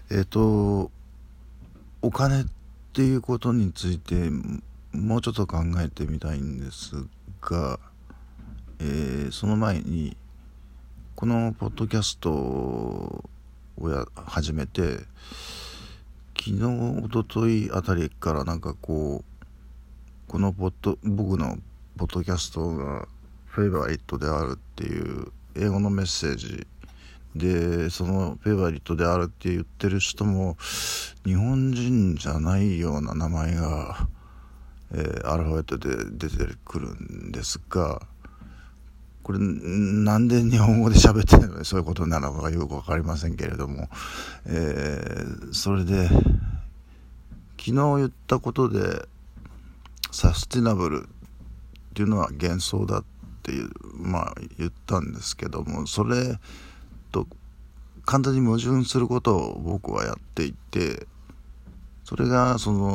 お金っていうことについてもうちょっと考えてみたいんですが、その前にこのポッドキャストを始めて昨日一昨日あたりからこの僕のポッドキャストがフェイバリットであるっていう英語のメッセージで、そのフェイバリットであるって言ってる人も日本人じゃないような名前が、アルファベットで出てくるんですが、これなんで日本語で喋ってるのにそういうことなのかよく分かりませんけれども、それで昨日言ったことでサスティナブルっていうのは幻想だっていう言ったんですけども、それと簡単に矛盾することを僕はやっていて、それが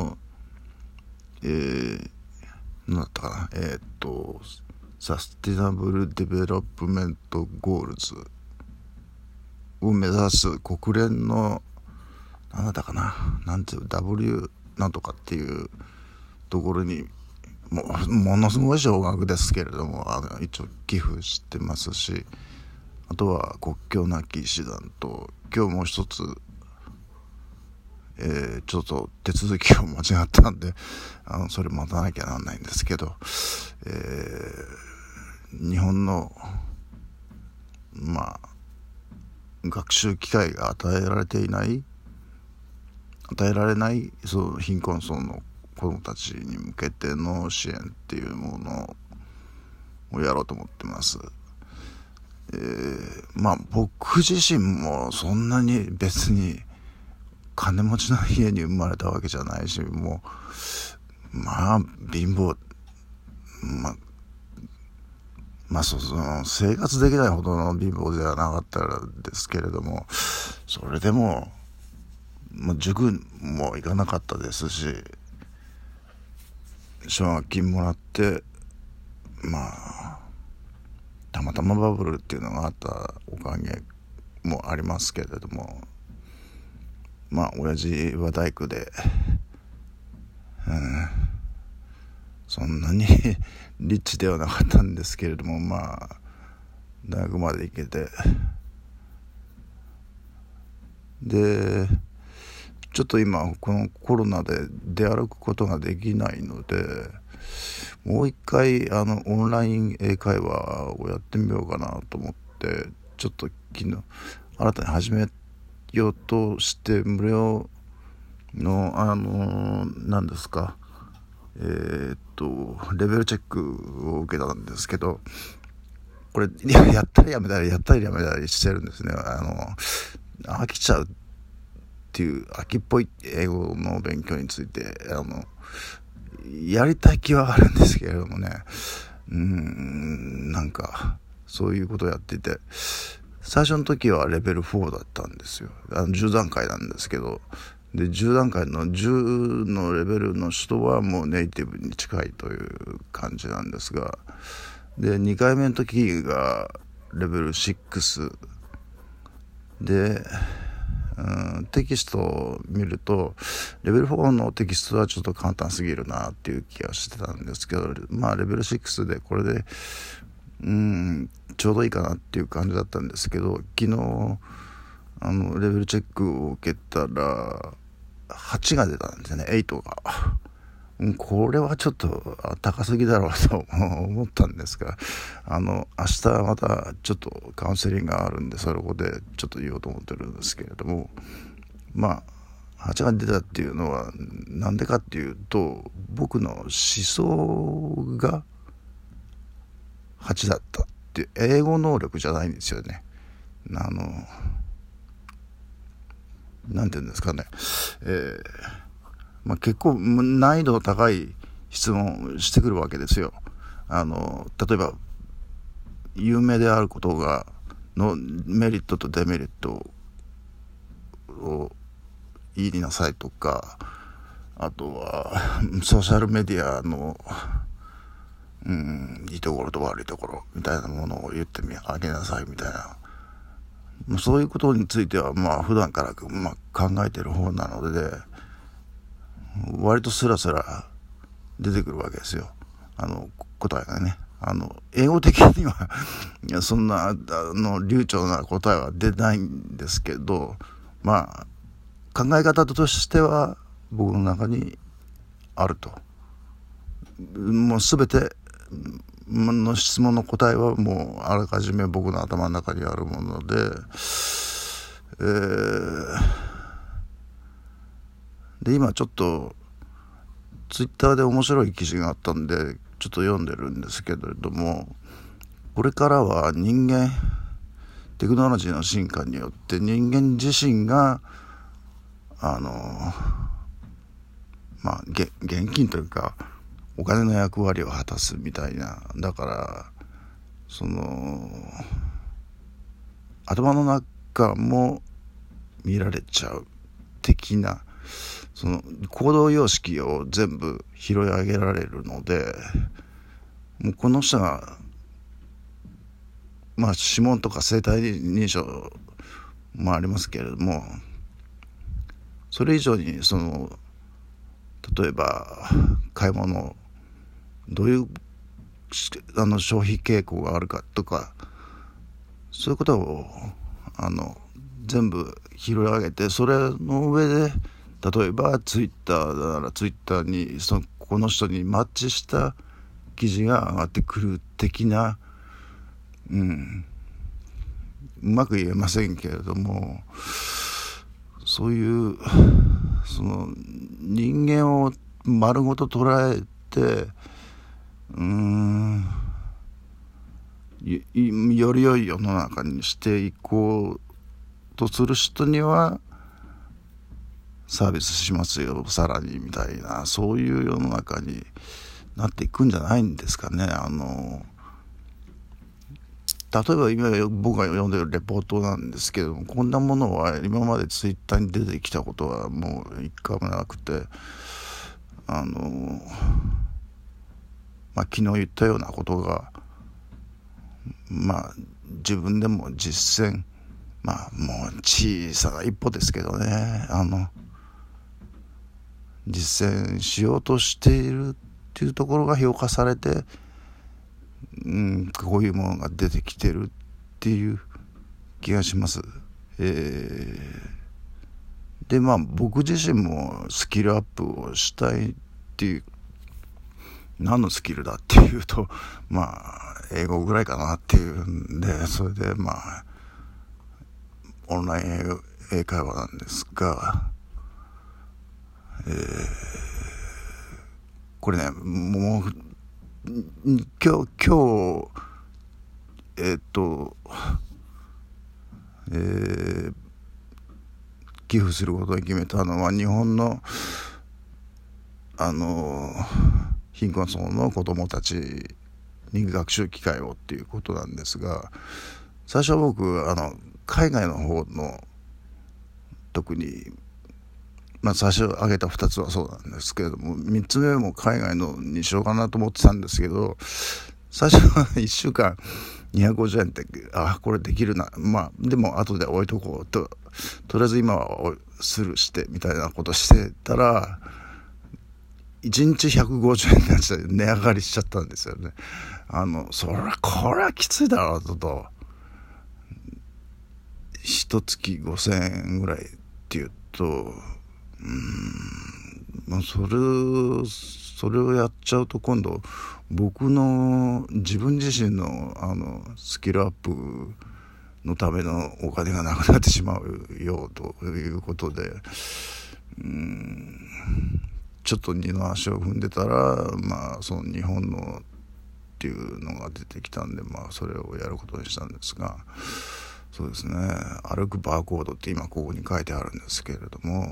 何だったかな、サスティナブルデベロップメントゴールズを目指す国連の何だったかな、W なんとかっていうところにものすごい少額ですけれども一応寄付してますし、あとは国境なき医師団と、今日もう一つ、ちょっと手続きを間違ったんでそれ待たなきゃなんないんですけど、日本の学習機会が与えられない貧困層の子どもたちに向けての支援っていうものをやろうと思ってます。僕自身もそんなに別に金持ちの家に生まれたわけじゃないし、もう貧乏、生活できないほどの貧乏ではなかったですけれども、それでも塾も行かなかったですし、奨学金もらってたまたまバブルっていうのがあったおかげもありますけれども、親父は大工で、そんなにリッチではなかったんですけれども、大学まで行けて、でちょっと今このコロナで出歩くことができないので、もう一回オンライン英会話をやってみようかなと思って、ちょっと昨日新たに始めようとして無料の何ですかレベルチェックを受けたんですけど、これやったりやめたりしてるんですね。飽きちゃうっていう秋っぽい英語の勉強についてやりたい気はあるんですけれどもね、そういうことをやっていて、最初の時はレベル4だったんですよ。10段階なんですけど、で10段階の10のレベルの人はもうネイティブに近いという感じなんですが、で2回目の時がレベル6で、テキストを見るとレベル4のテキストはちょっと簡単すぎるなっていう気がしてたんですけど、レベル6でこれでちょうどいいかなっていう感じだったんですけど、昨日レベルチェックを受けたら8が出たんですよね。8がこれはちょっと高すぎだろうと思ったんですが、明日またちょっとカウンセリングがあるんで、それでちょっと言おうと思ってるんですけれども、8が出たっていうのはなんでかっていうと、僕の思想が8だったっていう、英語能力じゃないんですよね。なんていうんですかね、結構難易度の高い質問してくるわけですよ。例えば有名であることのメリットとデメリットを言いなさいとか、あとはソーシャルメディアのいいところと悪いところみたいなものを言ってあげなさいみたいなそういうことについては普段から考えてる方なので、割とスラスラ出てくるわけですよ、答えがね。英語的にはそんな流暢な答えは出ないんですけど、考え方としては僕の中にあると。もう全ての質問の答えはもうあらかじめ僕の頭の中にあるもので、で今ちょっとツイッターで面白い記事があったんでちょっと読んでるんですけれども、これからはテクノロジーの進化によって人間自身が現金というかお金の役割を果たすみたいな、だから頭の中も見られちゃう的な、行動様式を全部拾い上げられるので、もうこの人が指紋とか生体認証もありますけれども、それ以上に例えば買い物どういう消費傾向があるかとか、そういうことを全部拾い上げて、それの上で例えばツイッターならツイッターにこの人にマッチした記事が上がってくる的な、うまく言えませんけれども、そういう人間を丸ごと捉えてより良い世の中にしていこうとする人にはサービスしますよさらにみたいな、そういう世の中になっていくんじゃないんですかね。例えば今僕が読んでるレポートなんですけども、こんなものは今までツイッターに出てきたことはもう一回もなくて、昨日言ったようなことが自分でも実践、もう小さな一歩ですけどね、実践しようとしているっていうところが評価されて、こういうものが出てきてるっていう気がします。で僕自身もスキルアップをしたいっていう、何のスキルだっていうと英語ぐらいかなっていうんで、それでオンライン英会話なんですが、これねもう今日寄付することに決めたのは日本の貧困層の子どもたちに学習機会をっていうことなんですが、最初は僕海外の方の特に最初挙げた2つはそうなんですけれども、3つ目も海外のにしようかなと思ってたんですけど、最初は1週間250円ってこれできるな、でも後で置いとこうとりあえず今はスルーしてみたいなことしてたら1日150円になっちゃって値上がりしちゃったんですよね。これはきついだろうと1月5000円ぐらいっていうとそれをやっちゃうと今度僕の自分自身のスキルアップのためのお金がなくなってしまうよということで、ちょっと二の足を踏んでたらその日本のっていうのが出てきたんでそれをやることにしたんですが、そうですね、歩くバーコードって今ここに書いてあるんですけれども、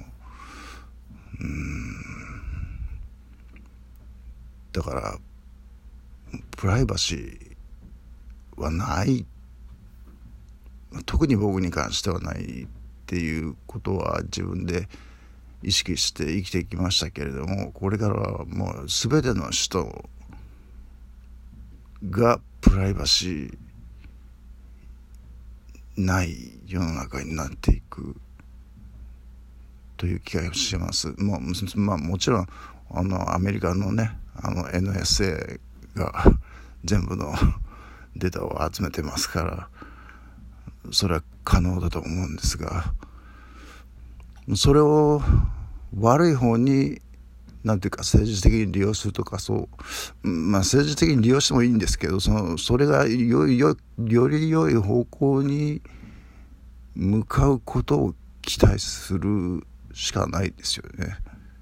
だからプライバシーはない、特に僕に関してはないっていうことは自分で意識して生きてきましたけれども、これからはもう全ての人がプライバシーない世の中になっていくという気がします。もちろんアメリカのねNSA が全部のデータを集めてますから、それは可能だと思うんですが、それを悪い方になんていうか政治的に利用するとか、政治的に利用してもいいんですけど、それがより良い方向に向かうことを期待するしかないですよね。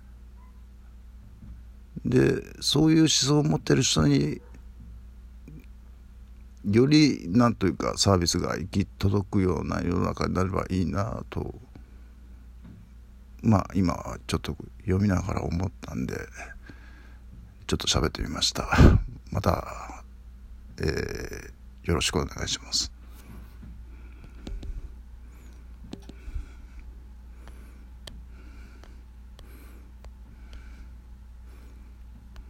でそういう思想を持ってる人によりなんというかサービスが行き届くような世の中になればいいなと、今はちょっと読みながら思ったんでちょっと喋ってみました。また、よろしくお願いします。